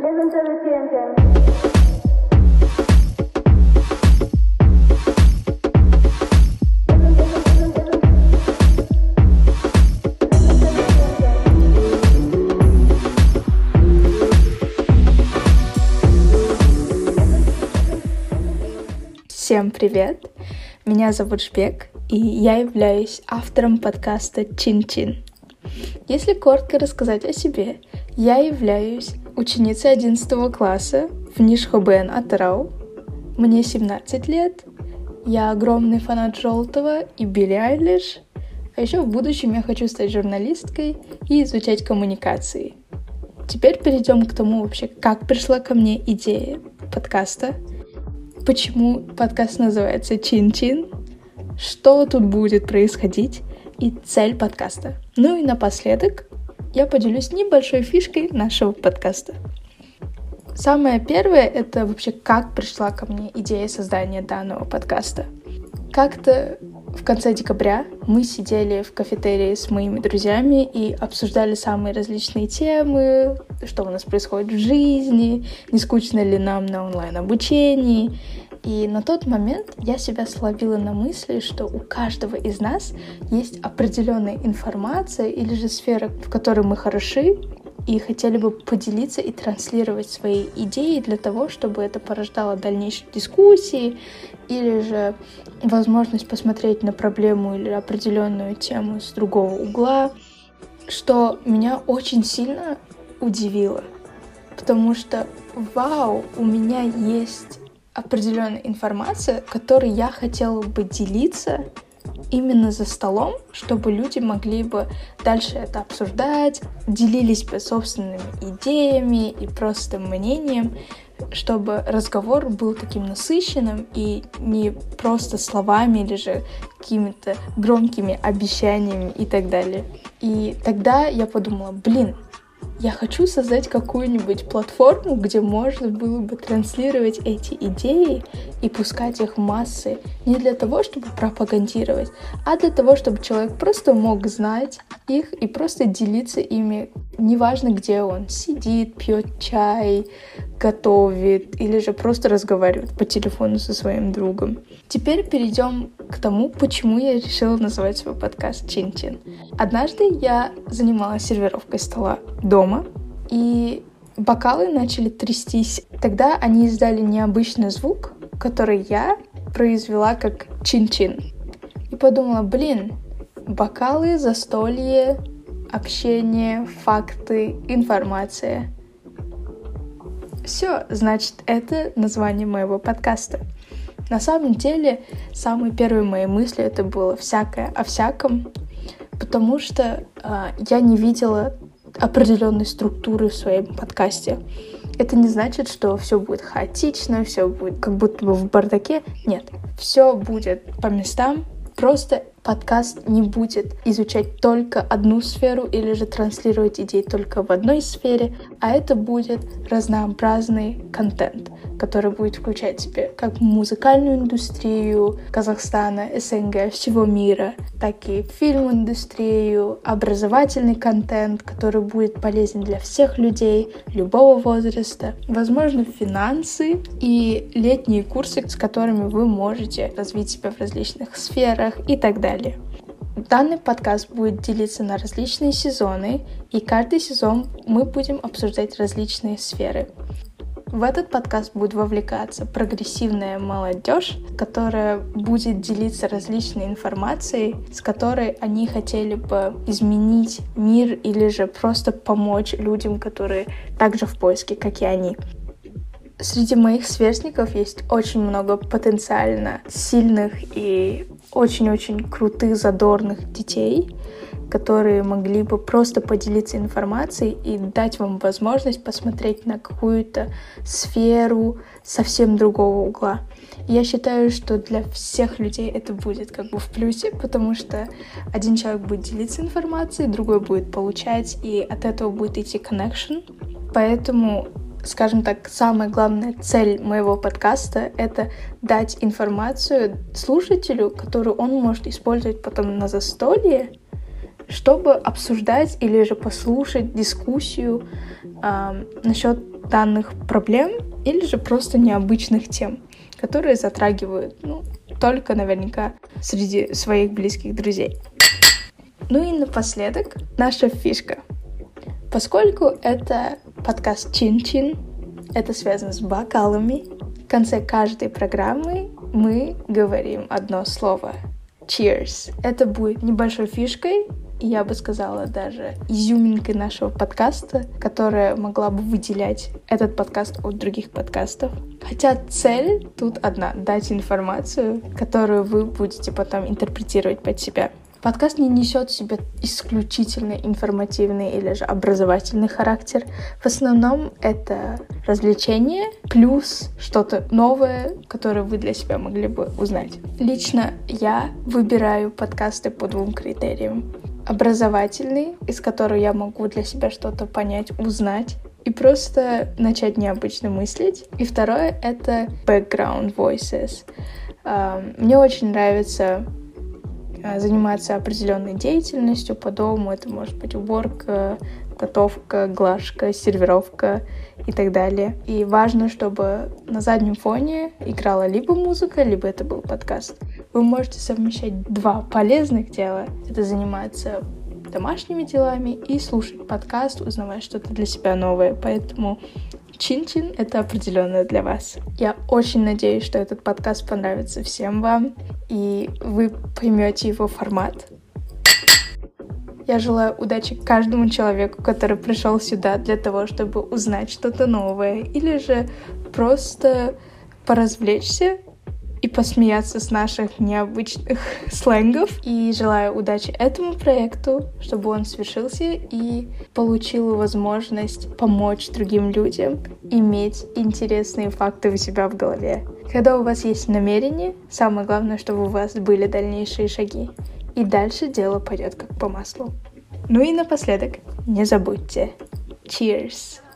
Listen to the TNT. Всем привет! Меня зовут Жбек, и я являюсь автором подкаста Чин-Чин. Если коротко рассказать о себе, я являюсь ученицей 11 класса в Нишхобен Атырау. Мне 17 лет, я огромный фанат Желтого и Билли Айлиш, а еще в будущем я хочу стать журналисткой и изучать коммуникации. Теперь перейдем к тому вообще, как пришла ко мне идея подкаста, почему подкаст называется Чин-Чин, что тут будет происходить и цель подкаста. Ну и напоследок я поделюсь небольшой фишкой нашего подкаста. Самое первое — это вообще как пришла ко мне идея создания данного подкаста. Как-то в конце декабря мы сидели в кафетерии с моими друзьями и обсуждали самые различные темы, что у нас происходит в жизни, не скучно ли нам на онлайн-обучении. И на тот момент я себя словила на мысли, что у каждого из нас есть определенная информация или же сфера, в которой мы хороши, и хотели бы поделиться и транслировать свои идеи для того, чтобы это порождало дальнейшие дискуссии или же возможность посмотреть на проблему или определенную тему с другого угла, что меня очень сильно удивило, потому что, вау, у меня есть определенная информация, которой я хотела бы делиться именно за столом, чтобы люди могли бы дальше это обсуждать, делились бы собственными идеями и просто мнением, чтобы разговор был таким насыщенным и не просто словами или же какими-то громкими обещаниями и так далее. И тогда я подумала, я хочу создать какую-нибудь платформу, где можно было бы транслировать эти идеи и пускать их в массы не для того, чтобы пропагандировать, а для того, чтобы человек просто мог знать их и просто делиться ими, неважно, где он сидит, пьет чай, готовит или же просто разговаривает по телефону со своим другом. Теперь перейдем к тому, почему я решила называть свой подкаст Чин-Чин. Однажды я занималась сервировкой стола дома, и бокалы начали трястись. Тогда они издали необычный звук, который я произвела как чин-чин. И подумала, бокалы, застолье, общение, факты, информация. Все, значит, это название моего подкаста. На самом деле, самые первые мои мысли это было всякое о всяком, потому что я не видела определенной структуры в своем подкасте. Это не значит, что все будет хаотично, все будет как будто бы в бардаке. Нет, все будет по местам. Просто подкаст не будет изучать только одну сферу или же транслировать идеи только в одной сфере, а это будет разнообразный контент, который будет включать в себя как музыкальную индустрию Казахстана, СНГ, всего мира, так и фильм-индустрию, образовательный контент, который будет полезен для всех людей, любого возраста, возможно, финансы и летние курсы, с которыми вы можете развить себя в различных сферах и так далее. Данный подкаст будет делиться на различные сезоны, и каждый сезон мы будем обсуждать различные сферы. В этот подкаст будет вовлекаться прогрессивная молодежь, которая будет делиться различной информацией, с которой они хотели бы изменить мир или же просто помочь людям, которые также в поиске, как и они. Среди моих сверстников есть очень много потенциально сильных и очень-очень крутых, задорных детей, которые могли бы просто поделиться информацией и дать вам возможность посмотреть на какую-то сферу совсем другого угла. Я считаю, что для всех людей это будет как бы в плюсе, потому что один человек будет делиться информацией, другой будет получать, и от этого будет идти connection. Поэтому, скажем так, самая главная цель моего подкаста — это дать информацию слушателю, которую он может использовать потом на застолье, чтобы обсуждать или же послушать дискуссию насчет данных проблем или же просто необычных тем, которые затрагивают, только наверняка среди своих близких друзей. Ну и напоследок наша фишка. Поскольку это подкаст Чин-Чин, это связано с бокалами, в конце каждой программы мы говорим одно слово — Cheers. Это будет небольшой фишкой, и я бы сказала даже изюминкой нашего подкаста, которая могла бы выделять этот подкаст от других подкастов. Хотя цель тут одна — дать информацию, которую вы будете потом интерпретировать под себя. Подкаст не несет в себе исключительно информативный или же образовательный характер. В основном это развлечение плюс что-то новое, которое вы для себя могли бы узнать. Лично я выбираю подкасты по 2 критериям. Образовательный, из которого я могу для себя что-то понять, узнать и просто начать необычно мыслить. И второе — это background voices. Мне очень нравится заниматься определенной деятельностью по дому. Это может быть уборка, готовка, глажка, сервировка и так далее. И важно, чтобы на заднем фоне играла либо музыка, либо это был подкаст. Вы можете совмещать 2 полезных дела. Это заниматься домашними делами и слушать подкаст, узнавать что-то для себя новое. Поэтому Чин-Чин — это определенно для вас. Я очень надеюсь, что этот подкаст понравится всем вам, и вы поймете его формат. Я желаю удачи каждому человеку, который пришел сюда для того, чтобы узнать что-то новое, или же просто поразвлечься и посмеяться с наших необычных сленгов. И желаю удачи этому проекту, чтобы он свершился и получил возможность помочь другим людям иметь интересные факты у себя в голове. Когда у вас есть намерение, самое главное, чтобы у вас были дальнейшие шаги. И дальше дело пойдет как по маслу. Ну и напоследок, не забудьте. Cheers!